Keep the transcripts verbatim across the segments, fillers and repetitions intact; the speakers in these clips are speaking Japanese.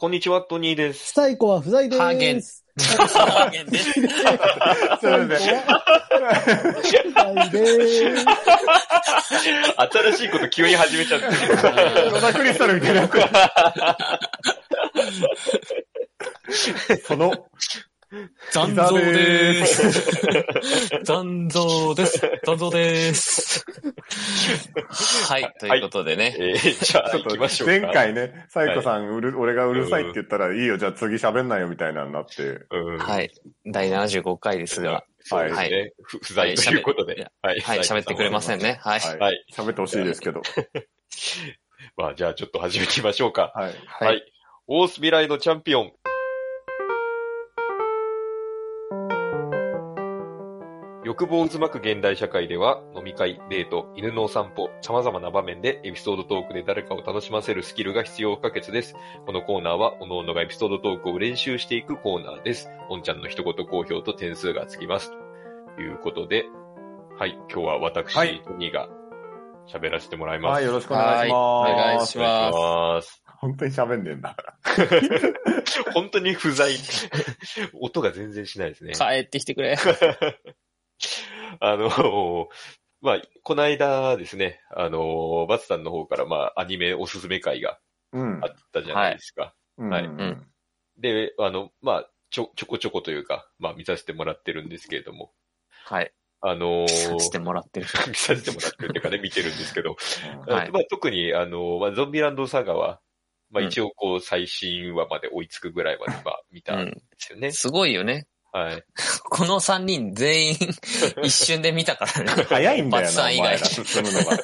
こんにちは、トニーです。 最後は不在でハーゲン。 ーす。 ハーゲンです。 すいません。不在でーす。 新しいこと急に始めちゃって。 ロザクリスタルみたいな。その、 残像でーす。残像です。残像でーす。はい、ということでね。 はい、えー、じゃあ行きましょうか。 前回ね、サイコさん、うる、俺がうるさいって言ったら、いいよ、じゃあ次喋んないよみたいなになって。 うん、 はい。だいななじゅうごかいですが。 そうですね。はい、不在ということで。 はい。はい、喋ってくれませんね。はい。 はい。喋ってほしいですけど。 まあ、じゃあちょっと始めてみましょうか。 はい。 はい。オース未来のチャンピオン。欲望渦巻く現代社会では、飲み会、デート、犬のお散歩、様々な場面でエピソードトークで誰かを楽しませるスキルが必要不可欠です。このコーナーは、各々がエピソードトークを練習していくコーナーです。おんちゃんの一言好評と点数がつきます。ということで、はい、今日は私、はい、トニーが喋らせてもらいます。 はい、よろしくお願いします。 お願いします。 本当に喋んねえんだ。 本当に不在。音が全然しないですね。 帰ってきてくれ。 あの、まあ、この間ですね、あの、バツさんの方から、まあ、アニメおすすめ会があったじゃないですか。 うん、 はい。 はいうん、 で、あの、まあ、ちょ、ちょこちょこというか、まあ、見させてもらってるんですけれども。 はい。 あのー、見させてもらってる。 見させてもらってるっていうかね、見てるんですけど。 はい、 まあ、特に、あの、まあ、ゾンビランドサガは、まあ、一応こう、最新話まで追いつくぐらいまで、まあ、見たんですよね、うん。 すごいよね。 はい。 この三人全員一瞬で見たからね。 早いんだよな、 バツさん以外進むのが。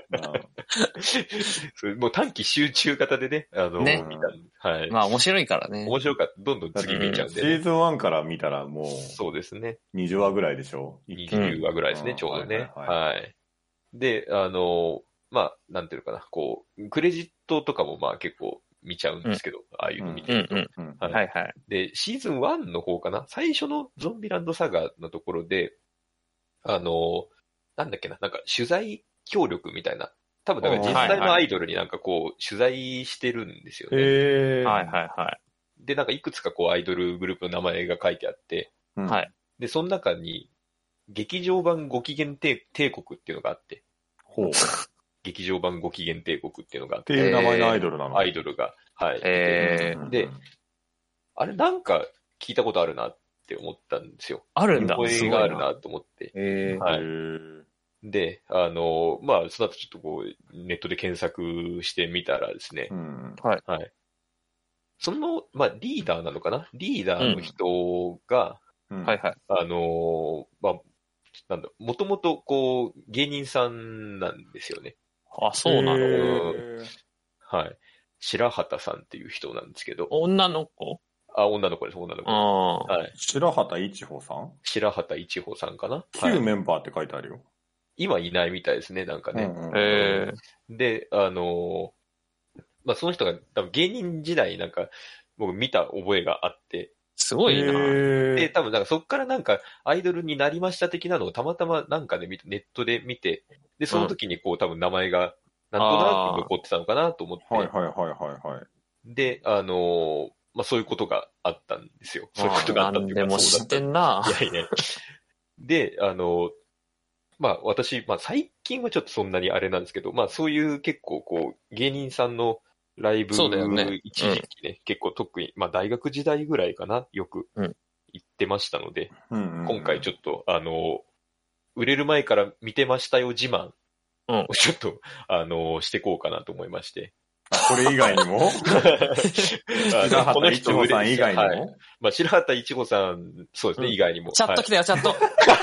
それもう短期集中型でね、あの、 ね、 見た。はい。 まあ面白いからね。 面白かった。どんどん次見ちゃうんで、ね、 シーズンワンから見たらもう、 そうですね。 にじゅうわぐらいでしょ ? にじゅうわぐらいですね、うん、ちょうどね、はいはいはい。はい。で、あの、まあ、なんていうのかな、こう、クレジットとかもまあ結構見ちゃうんですけど、うん、ああいうの見てると。 うんうんはい、はいはい。 で、シーズンワンの方かな、最初のゾンビランドサガのところで、あの、なんだっけな、なんか取材協力みたいな。多分、だから実際のアイドルになんかこう、取材してるんですよね。 へー。 はいはいはい。 で、なんかいくつかこう、アイドルグループの名前が書いてあって、 はい。 で、その中に、劇場版ご機嫌帝国っていうのがあって。 ほう。 劇場版ご機嫌帝国っていうのがあって。 っていう名前のアイドルなの？ アイドルが。はい。 えー、で、あれなんか聞いたことあるなって思ったんですよ。 あるんだ。 声があるなと思って。 えー、 はい。で、あの、まあ、その後ちょっとこう、ネットで検索してみたらですね。 うん、 はい。 はい。その、まあ、リーダーなのかなリーダーの人が、 うん、はいはい。 あの、まあ、なんだ、もともとこう、芸人さんなんですよね。 あ、そうなの、 はい。白畑さんっていう人なんですけど。 女の子あ、女の子です、女の子。 あはい。 白畑一穂さん白畑一穂さんかな旧メンバーって書いてあるよ。 今いないみたいですね、なんかね。 うんうん、へで、あのー、まあ、その人が多分芸人時代なんか、僕見た覚えがあって。 すごいな。 で、多分なんかそっからなんかアイドルになりました的なのをたまたまなんかで見て、ネットで見て、で、その時にこう、うん、多分名前がなんとなく残ってたのかなと思って。 はいはいはいはいはい。 で、あのー、まあ、そういうことがあったんですよ。そういうことがあったっていうか、 なんでも知ってんな。 いやいや。で、あのー、まあ私、まあ最近はちょっとそんなにあれなんですけど、まあそういう結構こう、芸人さんのライブ、 そうだよね。 一時期ね、うん、結構特に、まあ大学時代ぐらいかな、よく行ってましたので、 うんうんうん、 今回ちょっと、あの、売れる前から見てましたよ自慢をちょっと、うん、あの、していこうかなと思いまして。 これ以外にも白畑一穂さん以外にも、はい、 まあ、白畑一穂さん、そうですね、うん、以外にも。 チャット来たよ、チャット。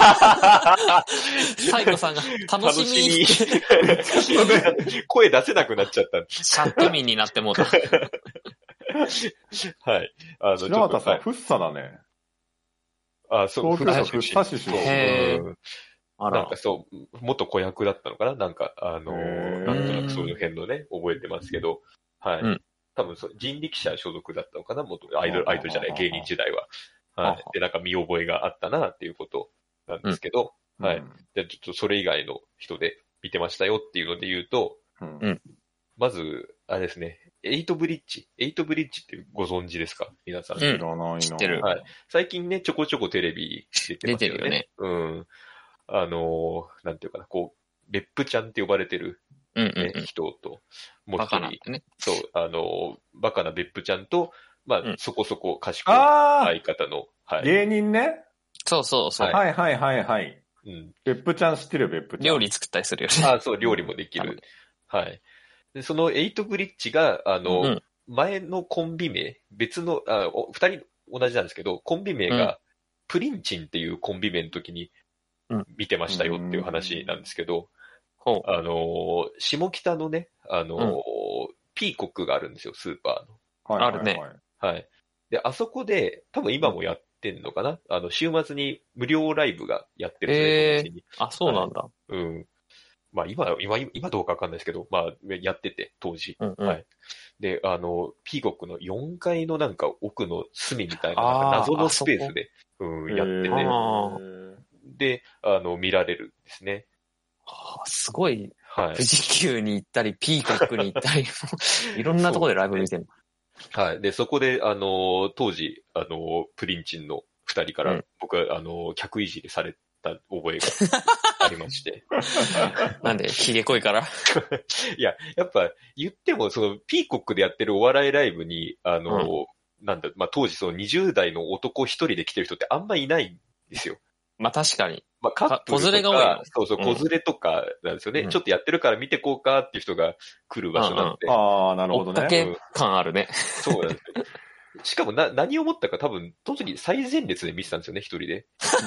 サイコさんが楽しみに。 声出せなくなっちゃった。 チャット民になってもうた。 はい。 あの、白畑さん、フッサだね。 あ、そう、 東京都フッサ市出身。 へー。 あらなんかそう、元子役だったのかななんか、あのー、なんとなくその辺のね、覚えてますけど、はい。うん、多分そう、人力車所属だったのかな元アイドル、アイドルじゃない、芸人時代は。はい。で、なんか見覚えがあったなっていうことなんですけど、うん、はい。じゃあちょっとそれ以外の人で見てましたよっていうので言うと、 うん、 まず、あれですね、 エイトブリッジ。エイトブリッジってご存知ですか皆さん。 うん知らないな。 知ってる。 はい。最近ね、ちょこちょこテレビ出てますよね。 出てるよね。 うん。あのー、なんていうかな、こう、別府ちゃんって呼ばれてる、 うんねうんうん。 人と、もうバ一人、 カなんてね。 そう、あのー、バカな別府ちゃんと、まあ、 うんそこそこ賢いあ相方の、はー、 い。 芸人ね。 そうそうそう。 はいはいはいはいはい。 うん。 別府ちゃん知ってるよ、別府ちゃん。 料理作ったりするよね。 あ、そう、料理もできる。はい。で、そのエイトブリッジが、あの、 うん前のコンビ名、別の、あ、お二人同じなんですけど、コンビ名が、プリンチンっていうコンビ名の時にうん見てましたよっていう話なんですけど、 ほう。 あの、下北のね、あの、 うんピーコックがあるんですよ、スーパはいはいはいあるね。 ーの。はい。で、あそこで、多分今もやってんのかな、あの、週末に無料ライブがやってるんですね、 ええ土日に。 あ、そうなんだ。 うん。まあ今、今、今どうかわかんないですけど、まあやってて、当時。 うんうん。 はい。で、あの、ピーコックのよんかいのなんか奥の隅みたいな、 あーなんか謎のスペースで、うん、やってへて、 ーで、あの、見られるんですね。 はあすごい、 はい富。士急に行ったり、ピーコックに行ったり、いろんなところでライブ見てる。 はい。で、そこで、あの、当時、あの、プリンチンの二人から、 うん僕は、あの、客いじりされた覚えがありまして。 なんで、ひげこいから。 いや、やっぱ言っても、その、ピーコックでやってるお笑いライブに、あの、なんだ、まあ、当時そのにじゅう代の男一人で来てる人ってあんまいないんですよ。 まあ確かに。 まあ、カップルとか、 子連れが多いのそうそう、 うん子連れとかなんですよね、 うんちょっとやってるから見てこうかっていう人が来る場所なんで。 ああ、なるほどね。 追っかけ感あるね。 そうなんですよ。しかもな、何を思ったか多分、その時最前列で見てたんですよね、一人で。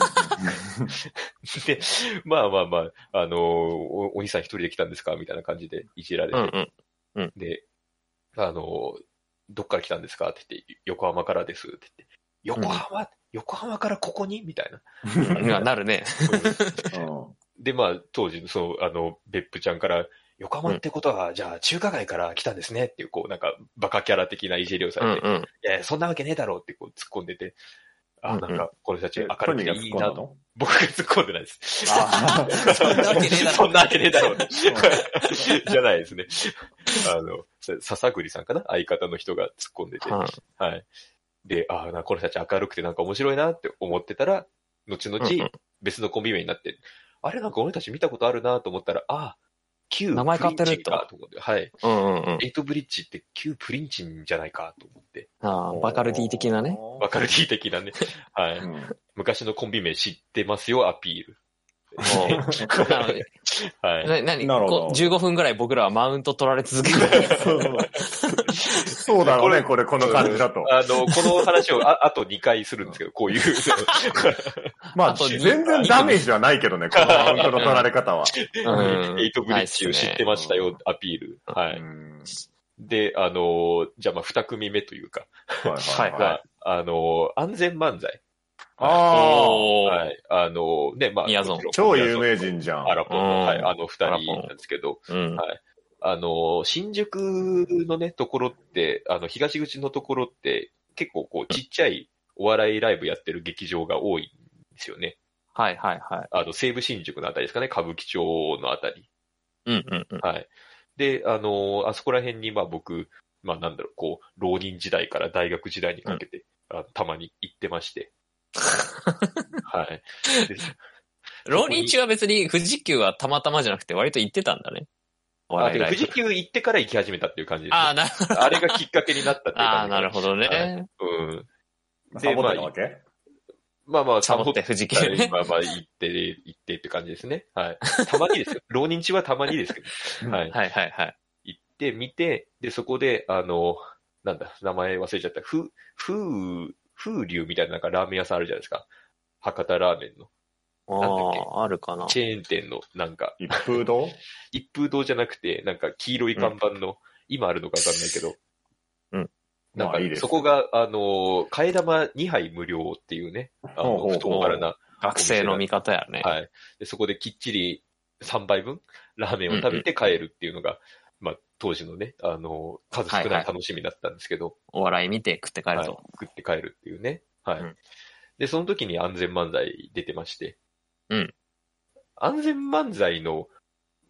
で、まあまあまあ、あのーお、お兄さん一人で来たんですかみたいな感じでいじられて。 うんうん。 で、あのー、どっから来たんですかって言って、横浜からですって言って、横浜、横浜からここにみたいな。 いやなるね。 うんで、まあ、当時の、その、あの、別府ちゃんから、横浜ってことは、じゃあ、中華街から来たんですねっていう、こう、なんか、バカキャラ的ないじりをされて、 うんうん。 いやいや、そんなわけねえだろうって、こう、突っ込んでて、あ、なんうんか、この人たちえ明るくていいな。 ト僕が突っ込んでないです。 あそんなわけねえだろそんなわけねえだろう。じゃないですね。あの、笹栗さんかな相方の人が突っ込んでて。 うんはい。で、ああ、この人たち明るくてなんか面白いなって思ってたら、後々 うんうん別のコンビ名になって、あれなんか俺たち見たことあるなと思ったら、ああ、旧名前変わってるプリンチンかと思って、はい。 うんうんうん。 エイトブリッジって旧プリンチンじゃないかと思って、 ああ、バカルディ的なね。 バカルディ的なね、はい。 うん昔のコンビ名知ってますよ、アピール。 なのではい。 な、なになるほどこうじゅうごふんぐらい僕らはマウント取られ続ける。 そうそうそうだろうね、これ、この感じだと。 あの、この話をああとにかいするんですけど、こういう。 まあ、 あと全然ダメージはないけどね、このマウントの取られ方は。 うんエイトブリッジを知ってましたよ、アピール。はい。 うんで、あの、じゃあまあ二組目というか、 はいはいが、あの、安全漫才。 あおー。 はい。あの、ね、まあ、 みやぞんもちろん超有名人じゃん。 アラポンの、 うんはい、あの二人なんですけど、 うん。 はい。あの、新宿のね、ところって、あの、東口のところって、結構こう、ちっちゃいお笑いライブやってる劇場が多いんですよね。 はいはいはい。 あの、西武新宿のあたりですかね、歌舞伎町のあたり。 うんうんうん。 はい。で、あの、あそこら辺に、まあ僕、まあなんだろう、こう、浪人時代から大学時代にかけて、あのたまに行ってまして。はい。で浪人中は別に富士急はたまたまじゃなくて割と行ってたんだね。おあ、 笑いライブで富士急行ってから行き始めたっていう感じです、ね。 ああ、なるほど。 あれがきっかけになったっていう感じ。 ああ、なるほどね。 うん。 サボってたわけまあまあ、 サボって富士急ね。 まあまあ、行って、行ってって感じですね。はい。たまにですよ。浪人中はたまにですけど。はい。 はいはいはい。 行って、見て、で、そこで、あの、なんだ、名前忘れちゃった。ふ、ふ、風流みたいななんかラーメン屋さんあるじゃないですか。博多ラーメンの。なんだっけああ、あるかな。 チェーン店の、なんか、 一風堂一風堂じゃなくて、なんか黄色い看板の、今あるのかわかんないけど。 うん。 なんかまあいいですそこが、あの、替え玉にはい無料っていうね、あの、 ほうほうほう太柄な、 学生の味方やね。 はい。で、そこできっちりさんばいぶんラーメンを食べて帰るっていうのが、まあ、当時のね、あの、数少ない楽しみだったんですけど、 お笑い見て食って帰るはいと。 食って帰るっていうね。はい。 うんで、その時に安全漫才出てまして、 うん。 安全漫才の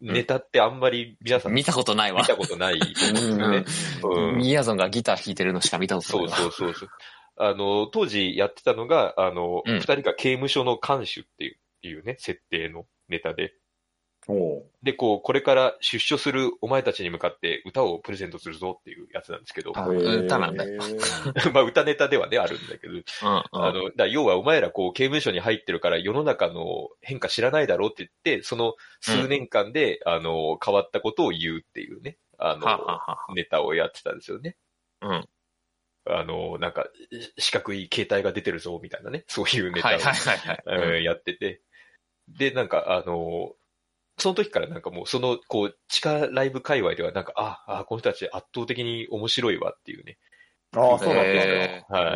ネタってあんまり皆さん見たことないわ。 見たことないですよね。 うん。ミヤゾンがギター弾いてるのしか見たことないわ。 そうそうそうそう。あの、当時やってたのが、あの、二、うん、人が刑務所の看守っていういうね、設定のネタで。 おで、こう、これから出所するお前たちに向かって歌をプレゼントするぞっていうやつなんですけど。 あ、歌なんだ。 まあ、歌ネタではね、あるんだけど。うんうん、あの、だ要はお前らこう、刑務所に入ってるから世の中の変化知らないだろうって言って、その数年間で、うん、あの、変わったことを言うっていうね、あの、はははネタをやってたんですよね。 うん。 あの、なんか、四角い携帯が出てるぞ、みたいなね、そういうネタを、はいはいはいはい、うん、やってて。で、なんか、あの、その時からなんかもう、その、こう、地下ライブ界隈ではなんか、あ、あ、この人たち圧倒的に面白いわっていうね。 ああ、そうなんですよ。 はい。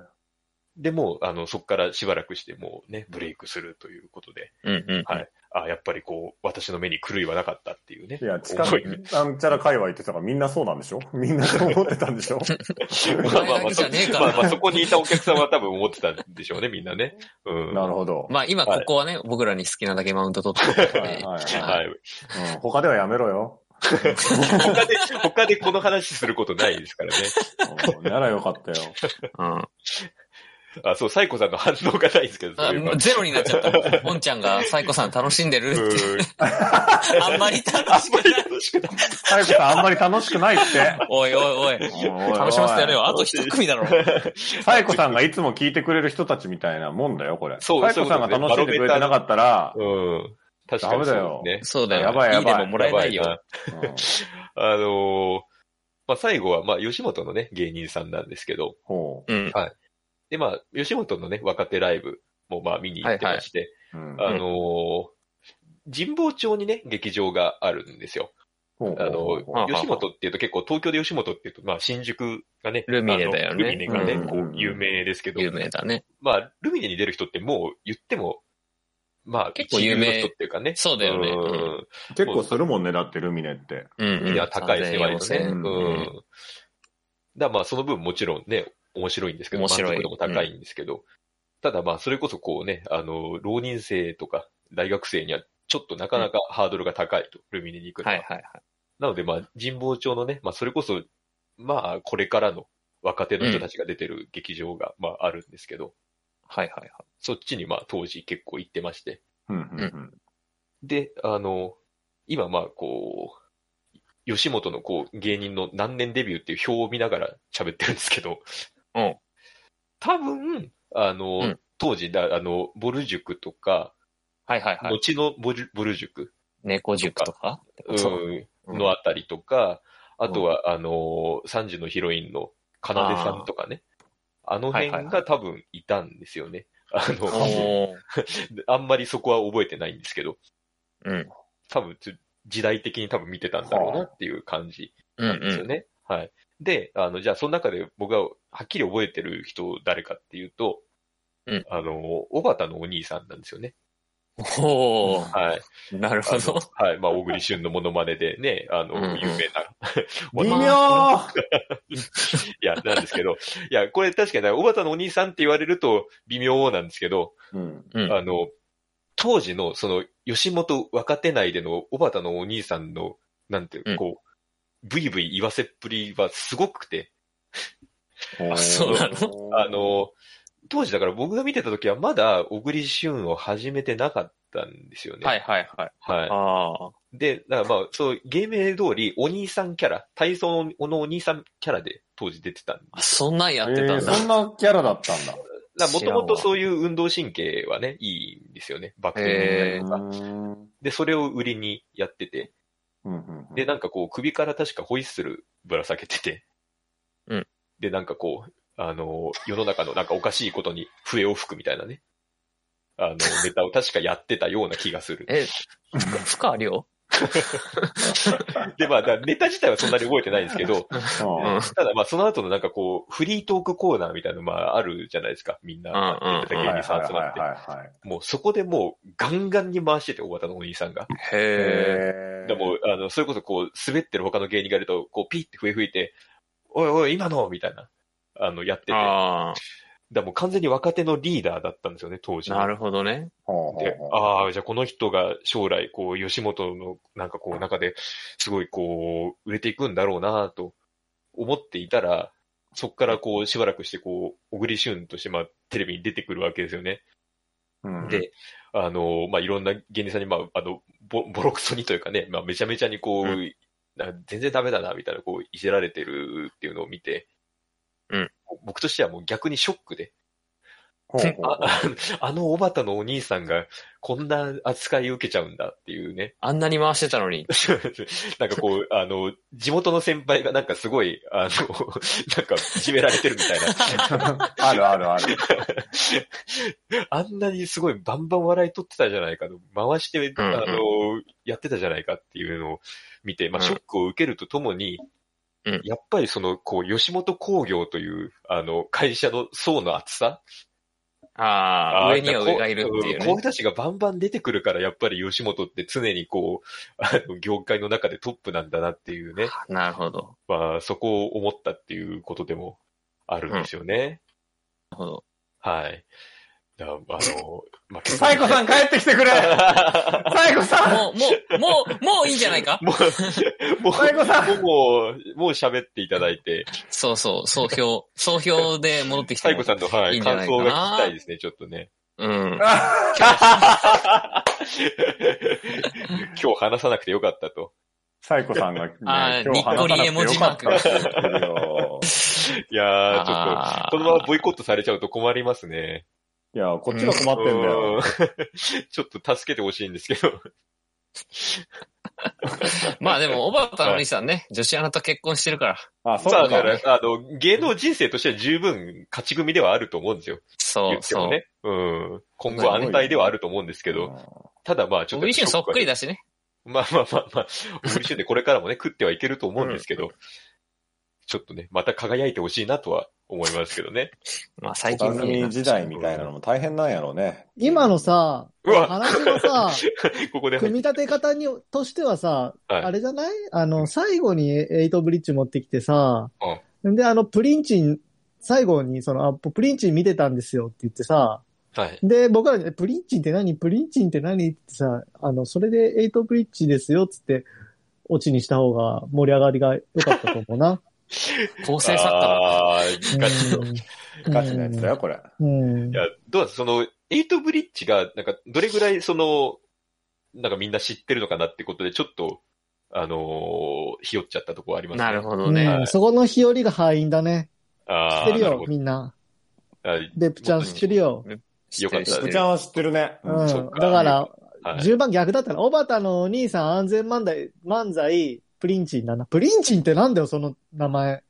で、もう、あの、そこからしばらくしてもうね、ブレイクするということで。 うんうん、 はい。あ、やっぱりこう、私の目に狂いはなかったっていうね。 いや、地下なんちゃら界隈って言ったからみんなそうなんでしょみんなそう思ってたんでしょまあまあまあ、そまあまあ、そこにいたお客さんは多分思ってたんでしょうね、みんなね。うん。 なるほど。 まあ今ここはね、はい、僕らに好きなだけマウント取ってる、ね。 はいはいはい。はいうん。他ではやめろよ。 他で、他でこの話することないですからね。 ならよかったよ。 うん。 あ、そう、サイコさんの反応がないですけど。 ゼロになっちゃった。もんちゃんがサイコさん楽しんでるって。あんまり楽しくない。 サイコさんあんまり楽しくないって。 おいおいおい。楽しませてやれよ。あと一組だろ。 サイコさんがいつも聞いてくれる人たちみたいなもんだよ、これ。そう、サイコさんが楽しんでくれてなかったら、 うん。確かにそうだよ。ね。 そうだよ。 やばいやばい。 いいでももらえないよ。 あの、まあ、最後は、まあ、吉本のね、芸人さんなんですけど。 ほう。うん。 はい。で、まあ、吉本のね、若手ライブもまあ見に行ってまして、はいはいうん、あのー、神保町にね、劇場があるんですよ。あの、吉本っていうと結構東京で吉本っていうと、まあ新宿がね、 ルミネだよね。 ルミネがね、こう有名ですけど。 有名だね。 まあ、ルミネに出る人ってもう言っても、まあ、 結構有名の人っていうかね。 そうだよね。うん、 結構するもんね、だってルミネって。 うん、うん。 ルミネは高いですね、割とね。うん。うん、だまあその分もちろんね、面白いんですけど、 面白い。 満足度も高いんですけど、うん、ただまあそれこそこうね、あの、浪人生とか大学生にはちょっとなかなかハードルが高いと、ルミネに行くのは。 はいはいはい。 なのでまあ神保町のね、まあそれこそ、まあこれからの若手の人たちが出てる劇場がまああるんですけど、 はいはいはい。 そっちにまあ当時結構行ってまして。 うんうんうん、 で、あの、今まあこう、吉本のこう芸人の何年デビューっていう表を見ながら喋ってるんですけど、 うん。 多分、あの、うん、当時だ、あの、ボル塾とか、 はいはいはい。 後のボルボル塾。 猫塾とかうん、のあたりとか、うん、あとは、あの、さんじのヒロインのかなでさんとかね。あ, あの辺が多分いたんですよね。あの、あんまりそこは覚えてないんですけど。 うん。 多分、時代的に多分見てたんだろうなっていう感じなんですよね。うんうん、はい。で、あの、じゃあその中で僕がはっきり覚えてる人誰かっていうと、 うん、 あの、小畑のお兄さんなんですよね。 おー。はい。 なるほど。 はい。まあ、小栗旬のモノマネでね、あの、うんうん、有名な。 微妙いや、なんですけど、いや、これ確かに、小畑のお兄さんって言われると微妙なんですけど、 うんうん、 あの、当時のその、吉本若手内での小畑のお兄さんの、なんていう、こう、ブイブイ言わせっぷりはすごくて。 あ、そうなの？ あの、当時だから僕が見てた時はまだ小栗旬を始めてなかったんですよね。 はいはいはい。 はい。 ああ。 で、だからまあ、そう、芸名通りお兄さんキャラ、体操のお兄さんキャラで当時出てたんです。 あ、そんなんやってたんだ。えー、 そんなキャラだったんだ。 もともとそういう運動神経はね、いいんですよね。バク転とか。で、それを売りにやってて。 うんうんうん、 で、なんかこう、首から確かホイッスルぶら下げてて。 うん。 で、なんかこう、あの、世の中のなんかおかしいことに笛を吹くみたいなね。あの、ネタを確かやってたような気がする。 え、ふかりょうで、まあ、ネタ自体はそんなに覚えてないんですけど、 うん、 ただまあ、その後のなんかこう、フリートークコーナーみたいなのまあ、あるじゃないですか。みんな、やってた芸人さん集まって。もうそこでもう、ガンガンに回してて、大型のお兄さんが。 へー。 でも、あの、それこそこう、滑ってる他の芸人がいると、こう、ピッて笛吹いて、おいおい、今のみたいな、あの、やってて。 だもう完全に若手のリーダーだったんですよね、当時。 なるほどね。 で、ああ、じゃあこの人が将来、こう、吉本のなんかこう、中ですごいこう、売れていくんだろうなと思っていたら、そっからこう、しばらくしてこう、小栗旬としてまあ、テレビに出てくるわけですよね。うん、で、あの、まあ、いろんな芸人さんに、まあ、あの、ボボロクソにというかね、まあ、めちゃめちゃにこう、うん、全然ダメだな、みたいな、こう、いじられてるっていうのを見て、 うん、 僕としてはもう逆にショックで、あ, あのおばたのお兄さんがこんな扱いを受けちゃうんだっていうね。 あんなに回してたのに。 なんかこう、あの、地元の先輩がなんかすごい、あの、なんかいじめられてるみたいな。 あるあるある。 あんなにすごいバンバン笑い取ってたじゃないかと、回して、うんうん、あの、やってたじゃないかっていうのを見て、まあショックを受けるとともに、うん、やっぱりその、こう、吉本興業という、あの、会社の層の厚さ、 ああ、上には上がいるっていうね。 こういう人たちがバンバン出てくるから、やっぱり吉本って常にこう、あの、業界の中でトップなんだなっていうね。 なるほど。 まあ、そこを思ったっていうことでもあるんですよね。 うん、なるほど。 はい。あの、 まあ、サイコさん帰ってきてくれサイコさんもう、もう、もう、もういいんじゃないかもう、もう、サイコさんもう、もう喋っていただいて。 そうそう、総評、総評で戻ってきてサイコさんの、はい、感想が聞きたいですね、ちょっとね。 うん。 今日話さなくてよかったと。 サイコさんが、ね、 あ今日話さなくてよかったって言ってるよ。いやー、ちょっと、このままボイコットされちゃうと困りますね。 いや、こっちが困ってんだよ。 ちょっと助けてほしいんですけど。 まあでも、おばたのお兄さんね、はい、女子アナと結婚してるから。 あ、そうだから、あの、芸能人生としては十分勝ち組ではあると思うんですよ。 そう、そう。 ね。うん。今後安泰ではあると思うんですけど、ただまあちょっと。 小栗旬そっくりだしね。 まあまあまあまあ、小栗旬でこれからもね、食ってはいけると思うんですけど、うん、ちょっとね、また輝いてほしいなとは思いますけどね。 まあ最近番組時代みたいなのも大変なんやろうね。 今のさ、話のさ、 ここで組み立て方にとしてはさ、はい、あれじゃないあの、最後にエイトブリッジ持ってきてさ、うん、で、あの、プリンチン、最後にその、あ、プリンチン見てたんですよって言ってさ、 はい。 で、僕らに、プリンチンって何プリンチンって何ってさ、あの、それでエイトブリッジですよっつって、オチにした方が盛り上がりが良かったと思うな。 構成作家ああ、ガチの。 ガチのやつだよ、これ。 うん。 いや、どうだその、エイトブリッジが、なんか、どれぐらいその、なんかみんな知ってるのかなってことで、ちょっと、あのー、ひよっちゃったところありますね。 なるほどね。 うん、そこの日和が敗因だね。 ああ。 知ってるよ、みんな。ベプちゃん知ってるよ。 よかった。 ベプちゃんは知ってるね。 うん。だから、はい、順番逆だったら、おばたのお兄さん安全漫才、漫才、プリンチンだな。プリンチンってなんだよ、その名前。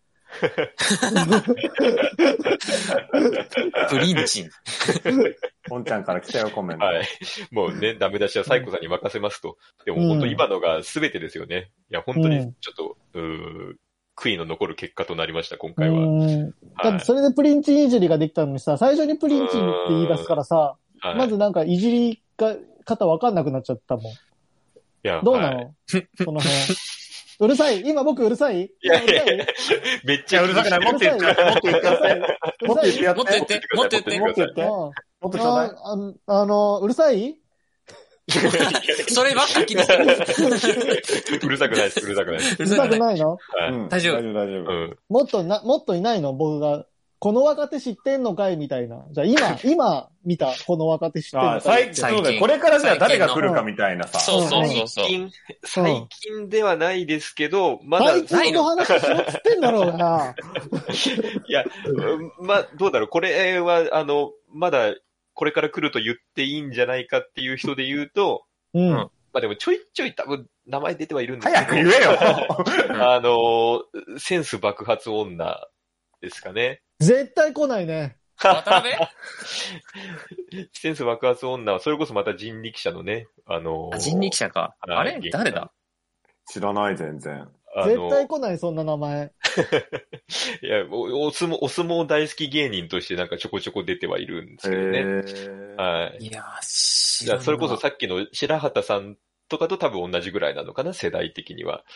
プリンチン。 ポンちゃんから来たよ、コメント。 はい。もうね、ダメ出しはサイコさんに任せますと。でも本当今のが全てですよね。いや、本当にちょっと、うん、悔いの残る結果となりました、今回は。 うんはい、だってそれでプリンチンいじりができたのにさ、最初にプリンチンって言い出すからさ、はい、まずなんかいじりが方わかんなくなっちゃったもん。 いや、 どうなの、はい、その辺。うるさい今僕うるさいいやいやいやめっちゃうるさくない。もっと言って。もっと言って。 もっと言ってやって。 もっと言って。もっと言って。 もっと言って。もっとちょうだい。 あの、うるさいそればっか気にしてる。うるさくないです。うるさくないです。 うるさくないの大丈夫。 大丈夫、大丈夫。 もっとな、もっといないの僕が。この若手知ってんのかいみたいな。じゃあ今、今見たこの若手知ってんのかい最近、そうだよ。これからじゃあ誰が来るかみたいなさ。 そうそうそうそう。 最近、最近ではないですけど、まだ。 最近の話しろっつってんだろうが。 いや、まあ、どうだろう。これは、あの、まだ、これから来ると言っていいんじゃないかっていう人で言うと、 うん。 まあでもちょいちょい多分名前出てはいるんですけど。 早く言えよあの、センス爆発女ですかね。 絶対来ないね。 渡辺センス爆発女は、それこそまた人力車のね、あのー、 人力車か。あれ誰だ知らない、全然。 絶対来ない、そんな名前。 いやお、お相撲、お相撲大好き芸人としてなんかちょこちょこ出てはいるんですけどね。はい。 いやー、知らんな。 それこそさっきの白畑さんとかと多分同じぐらいなのかな、世代的には。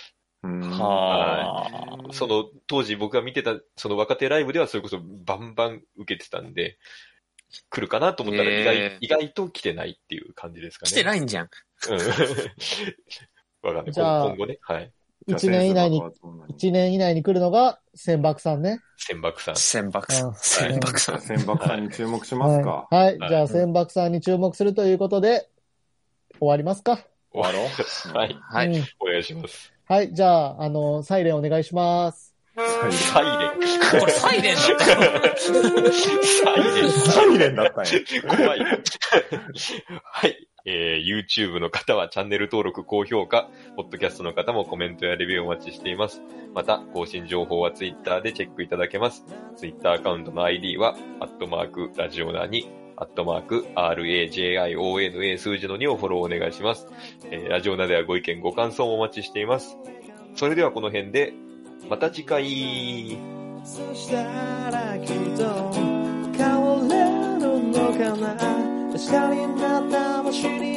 はあ。その、当時僕が見てた、その若手ライブではそれこそバンバン受けてたんで、来るかなと思ったら意外、意外と来てないっていう感じですかね。 来てないんじゃん。 うん。わかんない。今後ね。はい。 一年以内に、一年以内に来るのが、千爆さんね。 千爆さん。 千爆さん。千爆さん。 千爆さんに注目しますか。 はい。はい、じゃあ、千爆さんに注目するということで、終わりますか。 終わろう。はい。はい、うん。お願いします。 はい。じゃあ、あの、サイレンお願いします。 サイレンこれサイレンだったよ。 サイレンサイレンだったんや。 怖い。はい。えー、YouTube の方はチャンネル登録、高評価、Podcast の方もコメントやレビューお待ちしています。また、更新情報は Twitter でチェックいただけます。Twitter アカウントの アイディー は、アットマーク、ラジオナに、アットマーク、アールエージェーアイオーエヌエー 数字のにをフォローお願いします。えー、ラジオナではご意見、ご感想もお待ちしています。それではこの辺で、また次回。そしたらきっと変われるのかな。確かになったも知り